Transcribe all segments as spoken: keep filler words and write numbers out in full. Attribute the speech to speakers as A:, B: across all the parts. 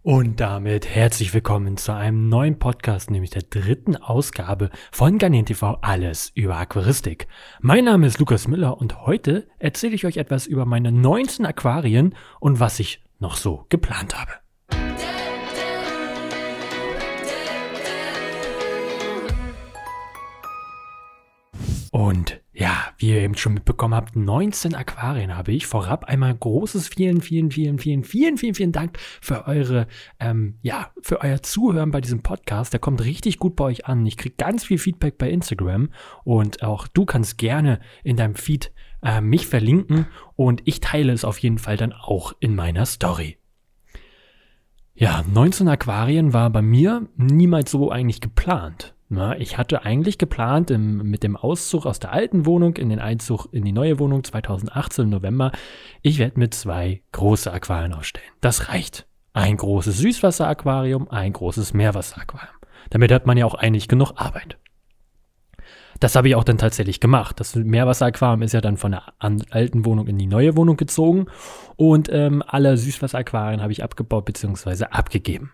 A: Und damit herzlich willkommen zu einem neuen Podcast, nämlich der dritten Ausgabe von Garnieren T V, alles über Aquaristik. Mein Name ist Lukas Müller und heute erzähle ich euch etwas über meine neunzehn Aquarien und was ich noch so geplant habe. Und ja, wie ihr eben schon mitbekommen habt, neunzehn Aquarien habe ich. Vorab einmal großes vielen, vielen, vielen, vielen, vielen, vielen, vielen Dank für eure, ähm, ja, für euer Zuhören bei diesem Podcast. Der kommt richtig gut bei euch an. Ich kriege ganz viel Feedback bei Instagram und auch du kannst gerne in deinem Feed äh, mich verlinken und ich teile es auf jeden Fall dann auch in meiner Story. Ja, neunzehn Aquarien war bei mir niemals so eigentlich geplant. Na, ich hatte eigentlich geplant, im, mit dem Auszug aus der alten Wohnung in den Einzug in die neue Wohnung zweitausendachtzehn im November, ich werde mir zwei große Aquarien aufstellen. Das reicht. Ein großes Süßwasseraquarium, ein großes Meerwasseraquarium. Damit hat man ja auch eigentlich genug Arbeit. Das habe ich auch dann tatsächlich gemacht. Das Meerwasseraquarium ist ja dann von der alten Wohnung in die neue Wohnung gezogen und ähm, alle Süßwasseraquarien habe ich abgebaut bzw. abgegeben.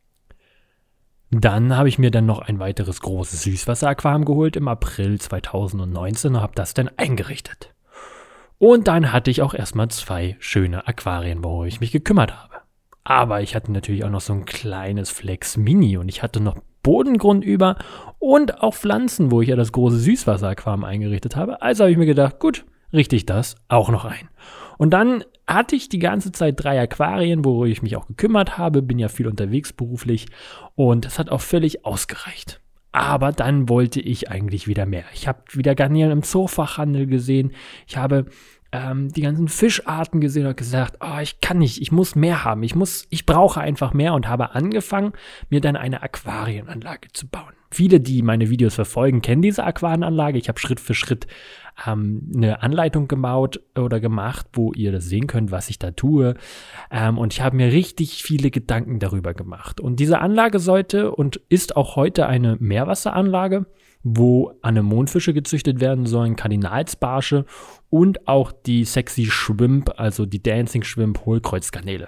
A: Dann habe ich mir dann noch ein weiteres großes Süßwasseraquarium geholt im April zweitausendneunzehn und habe das dann eingerichtet. Und dann hatte ich auch erstmal zwei schöne Aquarien, worum ich mich gekümmert habe. Aber ich hatte natürlich auch noch so ein kleines Flex Mini und ich hatte noch Bodengrund über und auch Pflanzen, wo ich ja das große Süßwasseraquarium eingerichtet habe. Also habe ich mir gedacht, gut, richte ich das auch noch ein. Und dann hatte ich die ganze Zeit drei Aquarien, worüber ich mich auch gekümmert habe, bin ja viel unterwegs beruflich und das hat auch völlig ausgereicht. Aber dann wollte ich eigentlich wieder mehr. Ich habe wieder Garnelen im Zoofachhandel gesehen, ich habe ähm, die ganzen Fischarten gesehen und gesagt, oh, ich kann nicht, ich muss mehr haben, ich muss, ich brauche einfach mehr und habe angefangen, mir dann eine Aquarienanlage zu bauen. Viele, die meine Videos verfolgen, kennen diese Aquarienanlage. Ich habe Schritt für Schritt ähm, eine Anleitung gebaut oder gemacht, wo ihr das sehen könnt, was ich da tue. Ähm, und ich habe mir richtig viele Gedanken darüber gemacht. Und diese Anlage sollte und ist auch heute eine Meerwasseranlage, wo Anemonenfische gezüchtet werden sollen, Kardinalsbarsche und auch die Sexy Shrimp, also die Dancing Shrimp Hohlkreuzgarnele.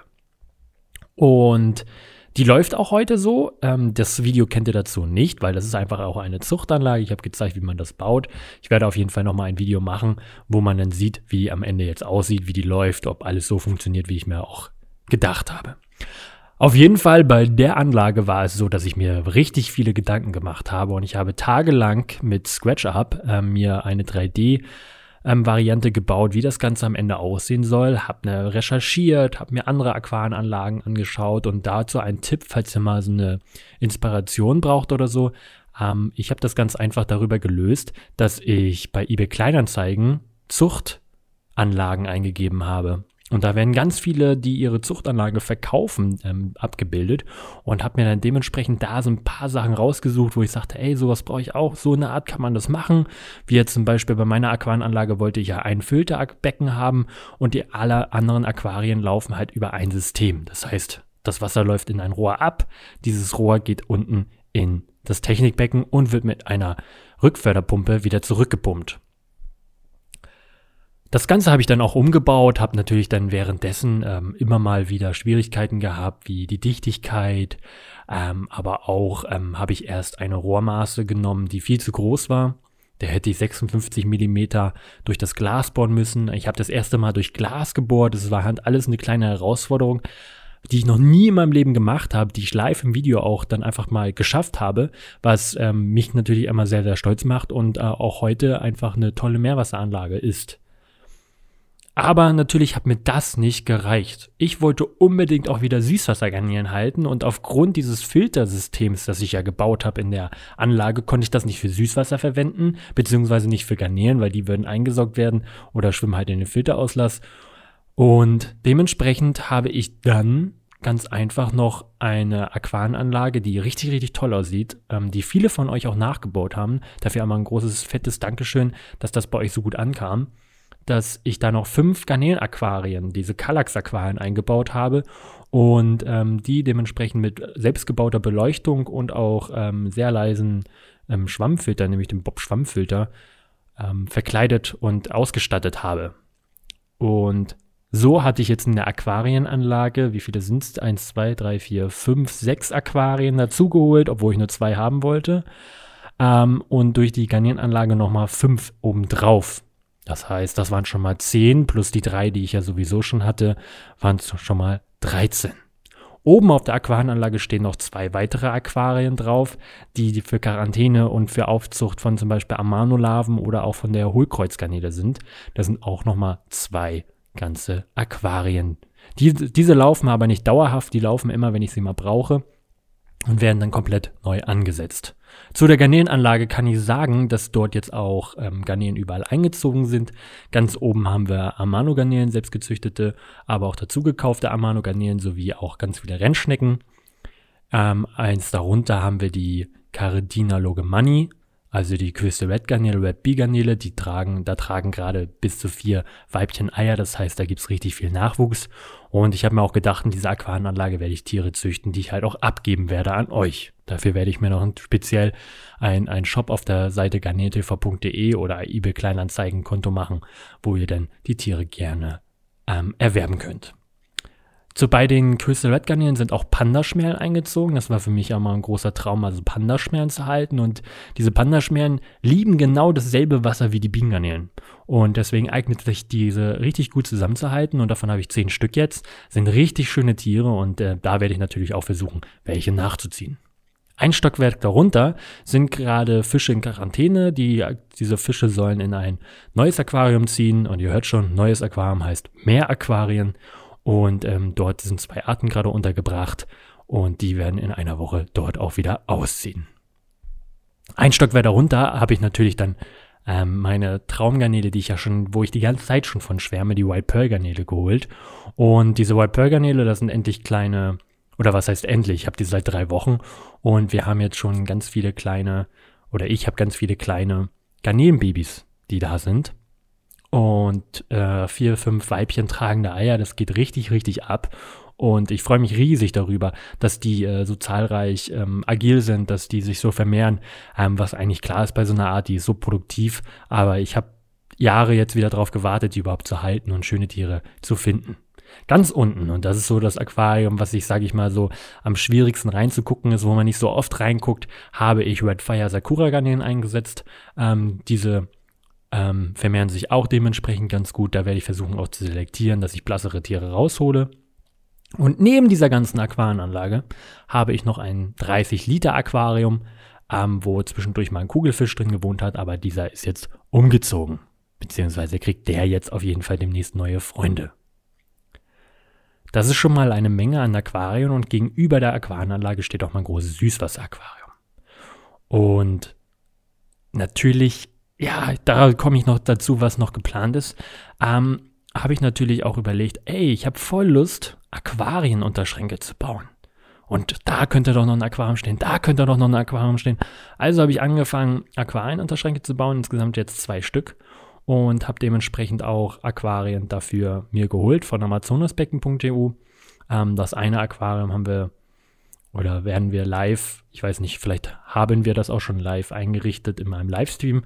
A: Und die läuft auch heute so. Ähm, das Video kennt ihr dazu nicht, weil das ist einfach auch eine Zuchtanlage. Ich habe gezeigt, wie man das baut. Ich werde auf jeden Fall nochmal ein Video machen, wo man dann sieht, wie am Ende jetzt aussieht, wie die läuft, ob alles so funktioniert, wie ich mir auch gedacht habe. Auf jeden Fall bei der Anlage war es so, dass ich mir richtig viele Gedanken gemacht habe und ich habe tagelang mit SketchUp äh, mir eine drei D Ähm, Variante gebaut, wie das Ganze am Ende aussehen soll, habe ne recherchiert, habe mir andere Aquarienanlagen angeschaut und dazu ein Tipp, falls ihr mal so eine Inspiration braucht oder so. Ähm, ich habe das ganz einfach darüber gelöst, dass ich bei eBay Kleinanzeigen Zuchtanlagen eingegeben habe. Und da werden ganz viele, die ihre Zuchtanlage verkaufen, ähm, abgebildet und habe mir dann dementsprechend da so ein paar Sachen rausgesucht, wo ich sagte, ey, sowas brauche ich auch, so eine Art kann man das machen. Wie jetzt zum Beispiel bei meiner Aquarienanlage wollte ich ja ein Filterbecken haben und die alle anderen Aquarien laufen halt über ein System. Das heißt, das Wasser läuft in ein Rohr ab, dieses Rohr geht unten in das Technikbecken und wird mit einer Rückförderpumpe wieder zurückgepumpt. Das Ganze habe ich dann auch umgebaut, habe natürlich dann währenddessen ähm, immer mal wieder Schwierigkeiten gehabt, wie die Dichtigkeit, ähm, aber auch ähm, habe ich erst eine Rohrmaße genommen, die viel zu groß war. Da hätte ich sechsundfünfzig Millimeter durch das Glas bohren müssen. Ich habe das erste Mal durch Glas gebohrt, das war halt alles eine kleine Herausforderung, die ich noch nie in meinem Leben gemacht habe, die ich live im Video auch dann einfach mal geschafft habe, was ähm, mich natürlich immer sehr, sehr stolz macht und äh, auch heute einfach eine tolle Meerwasseranlage ist. Aber natürlich hat mir das nicht gereicht. Ich wollte unbedingt auch wieder Süßwassergarnelen halten und aufgrund dieses Filtersystems, das ich ja gebaut habe in der Anlage, konnte ich das nicht für Süßwasser verwenden, beziehungsweise nicht für Garnelen, weil die würden eingesaugt werden oder schwimmen halt in den Filterauslass. Und dementsprechend habe ich dann ganz einfach noch eine Aquarienanlage, die richtig, richtig toll aussieht, ähm, die viele von euch auch nachgebaut haben. Dafür einmal ein großes, fettes Dankeschön, dass das bei euch so gut ankam, dass ich da noch fünf Garnelen-Aquarien, diese Kallax-Aquarien eingebaut habe und ähm, die dementsprechend mit selbstgebauter Beleuchtung und auch ähm, sehr leisen ähm, Schwammfilter, nämlich dem Bob-Schwammfilter, ähm, verkleidet und ausgestattet habe. Und So hatte ich jetzt in der Aquarienanlage, wie viele sind es? Eins, zwei, drei, vier, fünf, sechs Aquarien dazugeholt, obwohl ich nur zwei haben wollte. Ähm, und durch die Garnierenanlage nochmal fünf obendrauf. Das heißt, das waren schon mal zehn, plus die drei, die ich ja sowieso schon hatte, waren es schon mal dreizehn. Oben auf der Aquarienanlage stehen noch zwei weitere Aquarien drauf, die für Quarantäne und für Aufzucht von zum Beispiel Amano-Larven oder auch von der Hohlkreuzgarnele sind. Das sind auch nochmal zwei ganze Aquarien. Die, diese laufen aber nicht dauerhaft, die laufen immer, wenn ich sie mal brauche und werden dann komplett neu angesetzt. Zu der Garnelenanlage kann ich sagen, dass dort jetzt auch ähm, Garnelen überall eingezogen sind. Ganz oben haben wir Amano-Garnelen, selbstgezüchtete, aber auch dazu gekaufte Amano-Garnelen sowie auch ganz viele Rennschnecken. Ähm, eins darunter haben wir die Caridina logemani, also die Crystal Red Garnele, Red Bee Garnele, die tragen, da tragen gerade bis zu vier Weibchen Eier, das heißt, da gibt es richtig viel Nachwuchs. Und ich habe mir auch gedacht, in dieser Aquarienanlage werde ich Tiere züchten, die ich halt auch abgeben werde an euch. Dafür werde ich mir noch ein, speziell einen ein Shop auf der Seite garneltv punkt de oder eBay Kleinanzeigen-Konto machen, wo ihr dann die Tiere gerne ähm, erwerben könnt. So, bei den Crystal Red Garnelen sind auch Pandaschmerlen eingezogen. Das war für mich auch mal ein großer Traum, also Pandaschmerlen zu halten. Und diese Pandaschmerlen lieben genau dasselbe Wasser wie die Bienengarnelen. Und deswegen eignet sich diese richtig gut zusammenzuhalten. Und davon habe ich zehn Stück jetzt. Sind richtig schöne Tiere und äh, da werde ich natürlich auch versuchen, welche nachzuziehen. Ein Stockwerk darunter sind gerade Fische in Quarantäne. Die, diese Fische sollen in ein neues Aquarium ziehen. Und ihr hört schon, neues Aquarium heißt mehr Aquarien. Und ähm, dort sind zwei Arten gerade untergebracht und die werden in einer Woche dort auch wieder ausziehen. Ein Stockwerk darunter habe ich natürlich dann ähm, meine Traumgarnele, die ich ja schon, wo ich die ganze Zeit schon von schwärme, die White Pearl Garnele geholt. Und diese White Pearl Garnele, das sind endlich kleine, oder was heißt endlich, ich habe die seit drei Wochen und wir haben jetzt schon ganz viele kleine, oder ich habe ganz viele kleine Garnelenbabys, die da sind. Und äh, vier, fünf Weibchen tragende Eier, das geht richtig, richtig ab. Und ich freue mich riesig darüber, dass die äh, so zahlreich ähm, agil sind, dass die sich so vermehren, ähm, was eigentlich klar ist bei so einer Art, die ist so produktiv. Aber ich habe Jahre jetzt wieder darauf gewartet, die überhaupt zu halten und schöne Tiere zu finden. Ganz unten, und das ist so das Aquarium, was ich, sage ich mal, so am schwierigsten reinzugucken ist, wo man nicht so oft reinguckt, habe ich Red Fire Sakura Garnelen eingesetzt. Ähm, diese Ähm, vermehren sich auch dementsprechend ganz gut. Da werde ich versuchen auch zu selektieren, dass ich blassere Tiere raushole. Und neben dieser ganzen Aquarienanlage habe ich noch ein dreißig Liter Aquarium, ähm, wo zwischendurch mal ein Kugelfisch drin gewohnt hat, aber dieser ist jetzt umgezogen. Beziehungsweise kriegt der jetzt auf jeden Fall demnächst neue Freunde. Das ist schon mal eine Menge an Aquarien und gegenüber der Aquarienanlage steht auch mein großes Süßwasseraquarium. Und natürlich, ja, da komme ich noch dazu, was noch geplant ist. Ähm, habe ich natürlich auch überlegt, ey, ich habe voll Lust, Aquarienunterschränke zu bauen. Und da könnte doch noch ein Aquarium stehen, da könnte doch noch ein Aquarium stehen. Also habe ich angefangen, Aquarienunterschränke zu bauen, insgesamt jetzt zwei Stück. Und habe dementsprechend auch Aquarien dafür mir geholt von amazonasbecken punkt e u. Ähm, das eine Aquarium haben wir, oder werden wir live, ich weiß nicht, vielleicht haben wir das auch schon live eingerichtet in meinem Livestream.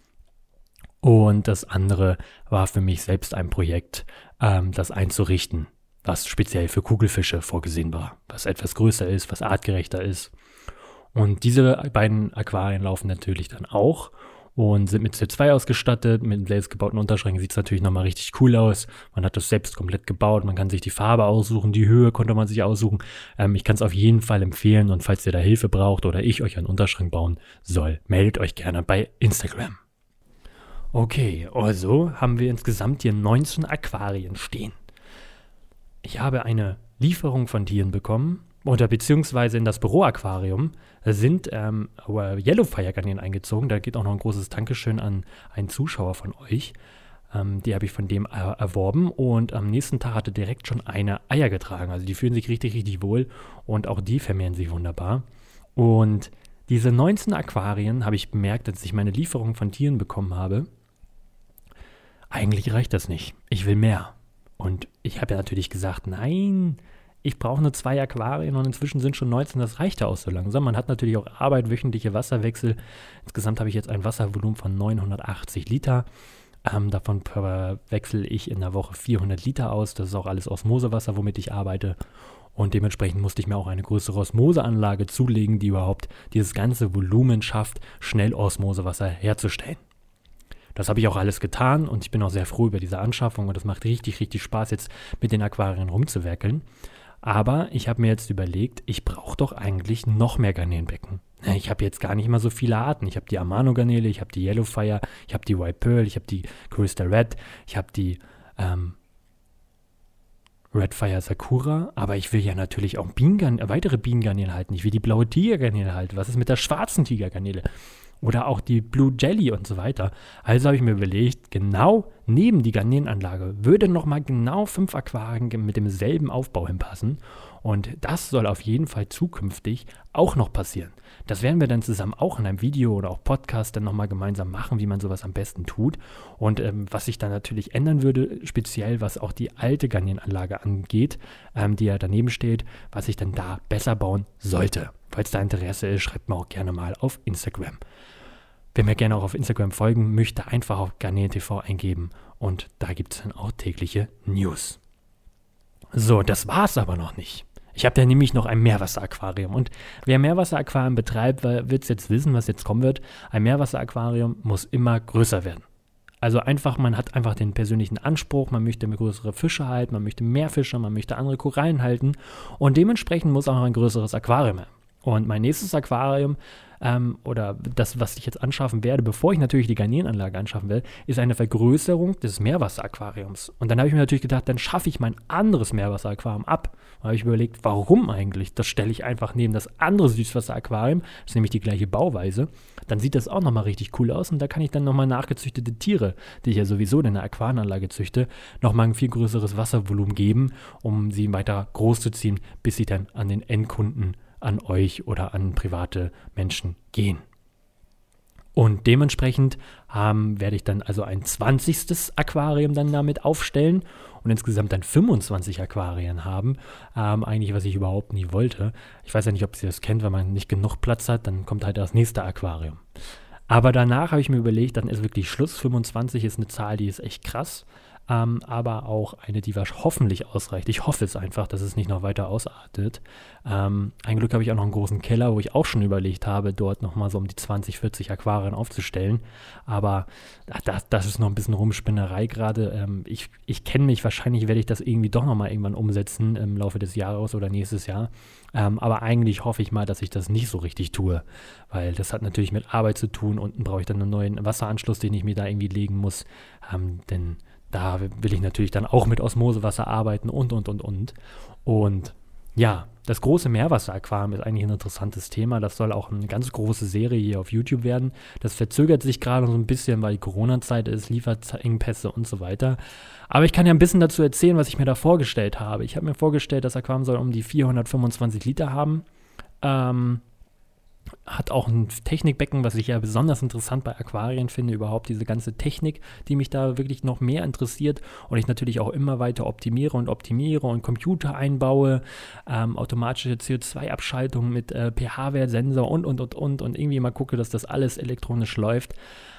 A: Und das andere war für mich selbst ein Projekt, ähm, das einzurichten, was speziell für Kugelfische vorgesehen war, was etwas größer ist, was artgerechter ist. Und diese beiden Aquarien laufen natürlich dann auch und sind mit C zwei ausgestattet. Mit dem selbstgebauten Unterschränken sieht es natürlich nochmal richtig cool aus. Man hat das selbst komplett gebaut, man kann sich die Farbe aussuchen, die Höhe konnte man sich aussuchen. Ähm, ich kann es auf jeden Fall empfehlen und falls ihr da Hilfe braucht oder ich euch einen Unterschrank bauen soll, meldet euch gerne bei Instagram. Okay, also haben wir insgesamt hier neunzehn Aquarien stehen. Ich habe eine Lieferung von Tieren bekommen, oder beziehungsweise in das Büroaquarium sind ähm, Yellowfire-Garnelen eingezogen. Da geht auch noch ein großes Dankeschön an einen Zuschauer von euch. Ähm, die habe ich von dem er- erworben und am nächsten Tag hatte direkt schon eine Eier getragen. Also die fühlen sich richtig, richtig wohl und auch die vermehren sich wunderbar. Und diese neunzehn Aquarien habe ich bemerkt, als ich meine Lieferung von Tieren bekommen habe. Eigentlich reicht das nicht. Ich will mehr. Und ich habe ja natürlich gesagt, nein, ich brauche nur zwei Aquarien und inzwischen sind schon neunzehn, das reicht ja auch so langsam. Man hat natürlich auch Arbeit, wöchentliche Wasserwechsel. Insgesamt habe ich jetzt ein Wasservolumen von neunhundertachtzig Liter. Ähm, davon wechsle ich in der Woche vierhundert Liter aus. Das ist auch alles Osmosewasser, womit ich arbeite. Und dementsprechend musste ich mir auch eine größere Osmoseanlage zulegen, die überhaupt dieses ganze Volumen schafft, schnell Osmosewasser herzustellen. Das habe ich auch alles getan und ich bin auch sehr froh über diese Anschaffung und es macht richtig, richtig Spaß, jetzt mit den Aquarien rumzuwerkeln. Aber ich habe mir jetzt überlegt, ich brauche doch eigentlich noch mehr Garnelenbecken. Ich habe jetzt gar nicht mal so viele Arten. Ich habe die Amano-Garnele, ich habe die Yellowfire, ich habe die White Pearl, ich habe die Crystal Red, ich habe die ähm, Redfire Sakura, aber ich will ja natürlich auch Bienengarn- weitere Bienengarnelen halten. Ich will die blaue Tigergarnele halten. Was ist mit der schwarzen Tigergarnele? Oder auch die Blue Jelly und so weiter. Also habe ich mir überlegt, genau neben die Garnelenanlage würde nochmal genau fünf Aquarien mit demselben Aufbau hinpassen. Und das soll auf jeden Fall zukünftig auch noch passieren. Das werden wir dann zusammen auch in einem Video oder auch Podcast dann nochmal gemeinsam machen, wie man sowas am besten tut. Und ähm, was sich dann natürlich ändern würde, speziell was auch die alte Garnelenanlage angeht, ähm, die ja daneben steht, was ich dann da besser bauen sollte. Falls da Interesse ist, schreibt mir auch gerne mal auf Instagram. Wer mir gerne auch auf Instagram folgen möchte, einfach auf Garnelen T V eingeben und da gibt es dann auch tägliche News. So, das war's aber noch nicht. Ich habe da nämlich noch ein Meerwasseraquarium und wer Meerwasseraquarium betreibt, wird es jetzt wissen, was jetzt kommen wird. Ein Meerwasseraquarium muss immer größer werden. Also einfach, man hat einfach den persönlichen Anspruch, man möchte größere Fische halten, man möchte mehr Fische, man möchte andere Korallen halten und dementsprechend muss auch ein größeres Aquarium her. Und mein nächstes Aquarium ähm, oder das, was ich jetzt anschaffen werde, bevor ich natürlich die Garnelenanlage anschaffen werde, ist eine Vergrößerung des Meerwasseraquariums. Und dann habe ich mir natürlich gedacht, dann schaffe ich mein anderes Meerwasseraquarium ab. Da habe ich überlegt, warum eigentlich? Das stelle ich einfach neben das andere Süßwasseraquarium, das ist nämlich die gleiche Bauweise. Dann sieht das auch nochmal richtig cool aus und da kann ich dann nochmal nachgezüchtete Tiere, die ich ja sowieso in der Aquarienanlage züchte, nochmal ein viel größeres Wasservolumen geben, um sie weiter groß zu ziehen, bis sie dann an den Endkunden an euch oder an private Menschen gehen. Und dementsprechend ähm, werde ich dann also ein zwanzigstes Aquarium dann damit aufstellen und insgesamt dann fünfundzwanzig Aquarien haben. Ähm, eigentlich, was ich überhaupt nie wollte. Ich weiß ja nicht, ob ihr das kennt, wenn man nicht genug Platz hat, dann kommt halt das nächste Aquarium. Aber danach habe ich mir überlegt, dann ist wirklich Schluss. fünfundzwanzig ist eine Zahl, die ist echt krass. Ähm, aber auch eine, die hoffentlich ausreicht. Ich hoffe es einfach, dass es nicht noch weiter ausartet. Ähm, ein Glück habe ich auch noch einen großen Keller, wo ich auch schon überlegt habe, dort nochmal so um die zwanzig, vierzig Aquarien aufzustellen. Aber das, das ist noch ein bisschen Rumspinnerei gerade. Ähm, ich ich kenne mich, wahrscheinlich werde ich das irgendwie doch nochmal irgendwann umsetzen im Laufe des Jahres oder nächstes Jahr. Ähm, aber eigentlich hoffe ich mal, dass ich das nicht so richtig tue, weil das hat natürlich mit Arbeit zu tun. Unten brauche ich dann einen neuen Wasseranschluss, den ich mir da irgendwie legen muss, ähm, denn da will ich natürlich dann auch mit Osmosewasser arbeiten und, und, und, und. Und ja, das große Meerwasseraquarium ist eigentlich ein interessantes Thema. Das soll auch eine ganz große Serie hier auf YouTube werden. Das verzögert sich gerade so ein bisschen, weil die Corona-Zeit ist, Lieferengpässe und so weiter. Aber ich kann ja ein bisschen dazu erzählen, was ich mir da vorgestellt habe. Ich habe mir vorgestellt, das Aquarium soll um die vierhundertfünfundzwanzig Liter haben. Ähm... Hat auch ein Technikbecken, was ich ja besonders interessant bei Aquarien finde, überhaupt diese ganze Technik, die mich da wirklich noch mehr interessiert und ich natürlich auch immer weiter optimiere und optimiere und Computer einbaue, ähm, automatische C O zwei Abschaltung mit äh, pH-Wert-Sensor und, und, und, und und irgendwie mal gucke, dass das alles elektronisch läuft.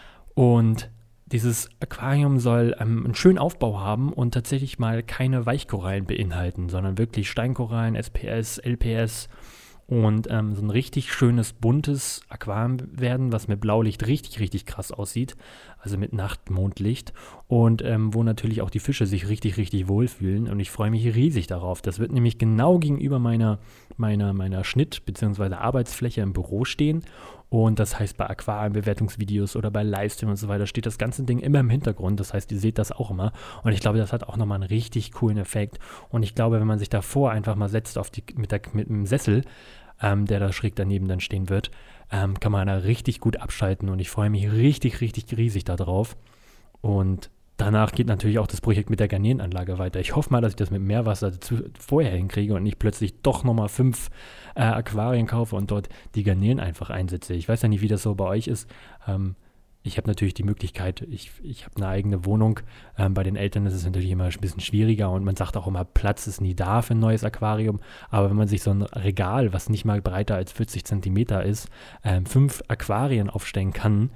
A: Und dieses Aquarium soll ähm, einen schönen Aufbau haben und tatsächlich mal keine Weichkorallen beinhalten, sondern wirklich Steinkorallen, S P S, L P S und ähm, so ein richtig schönes, buntes Aquarium werden, was mit Blaulicht richtig, richtig krass aussieht, also mit Nachtmondlicht und ähm, wo natürlich auch die Fische sich richtig, richtig wohlfühlen und ich freue mich riesig darauf. Das wird nämlich genau gegenüber meiner, meiner, meiner Schnitt- bzw. Arbeitsfläche im Büro stehen und das heißt bei Aquarienbewertungsvideos oder bei Livestream und so weiter steht das ganze Ding immer im Hintergrund, das heißt, ihr seht das auch immer und ich glaube, das hat auch nochmal einen richtig coolen Effekt und ich glaube, wenn man sich davor einfach mal setzt auf die, mit, der, mit dem Sessel, ähm, der da schräg daneben dann stehen wird, ähm, kann man da richtig gut abschalten und ich freue mich richtig, richtig riesig darauf und danach geht natürlich auch das Projekt mit der Garnelenanlage weiter. Ich hoffe mal, dass ich das mit Meerwasser dazu vorher hinkriege und nicht plötzlich doch nochmal fünf äh, Aquarien kaufe und dort die Garnelen einfach einsetze. Ich weiß ja nicht, wie das so bei euch ist. Ähm, ich habe natürlich die Möglichkeit, ich, ich habe eine eigene Wohnung. Ähm, bei den Eltern ist es natürlich immer ein bisschen schwieriger und man sagt auch immer, Platz ist nie da für ein neues Aquarium. Aber wenn man sich so ein Regal, was nicht mal breiter als vierzig Zentimeter ist, ähm, fünf Aquarien aufstellen kann,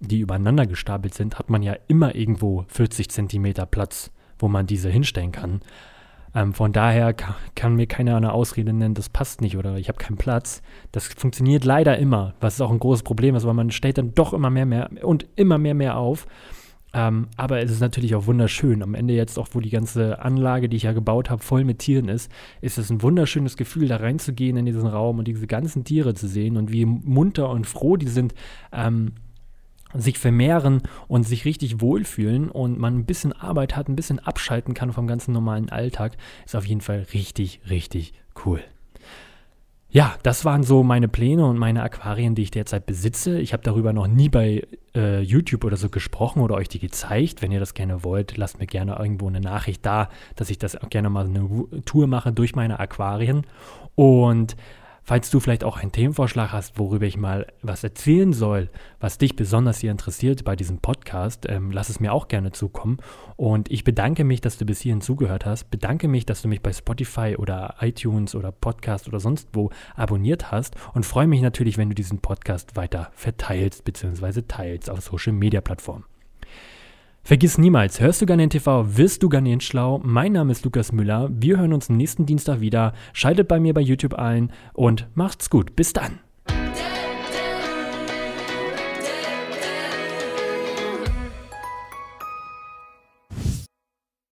A: die übereinander gestapelt sind, hat man ja immer irgendwo vierzig Zentimeter Platz, wo man diese hinstellen kann. Ähm, von daher kann, kann mir keiner eine Ausrede nennen, das passt nicht oder ich habe keinen Platz. Das funktioniert leider immer, was auch ein großes Problem ist, weil man stellt dann doch immer mehr, mehr und immer mehr, mehr auf. Ähm, aber es ist natürlich auch wunderschön. Am Ende jetzt auch, wo die ganze Anlage, die ich ja gebaut habe, voll mit Tieren ist, ist es ein wunderschönes Gefühl, da reinzugehen in diesen Raum und diese ganzen Tiere zu sehen und wie munter und froh die sind, ähm, sich vermehren und sich richtig wohlfühlen und man ein bisschen Arbeit hat, ein bisschen abschalten kann vom ganzen normalen Alltag, ist auf jeden Fall richtig, richtig cool. Ja, das waren so meine Pläne und meine Aquarien, die ich derzeit besitze. Ich habe darüber noch nie bei äh, YouTube oder so gesprochen oder euch die gezeigt. Wenn ihr das gerne wollt, lasst mir gerne irgendwo eine Nachricht da, dass ich das auch gerne mal eine Tour mache durch meine Aquarien. Und falls du vielleicht auch einen Themenvorschlag hast, worüber ich mal was erzählen soll, was dich besonders hier interessiert bei diesem Podcast, ähm, lass es mir auch gerne zukommen. Und ich bedanke mich, dass du bis hierhin zugehört hast. Bedanke mich, dass du mich bei Spotify oder iTunes oder Podcast oder sonst wo abonniert hast. Und freue mich natürlich, wenn du diesen Podcast weiter verteilst bzw. teilst auf Social-Media-Plattformen. Vergiss niemals, hörst du gerne den T V, wirst du garnieren schlau. Mein Name ist Lukas Müller. Wir hören uns nächsten Dienstag wieder. Schaltet bei mir bei YouTube ein und macht's gut. Bis dann.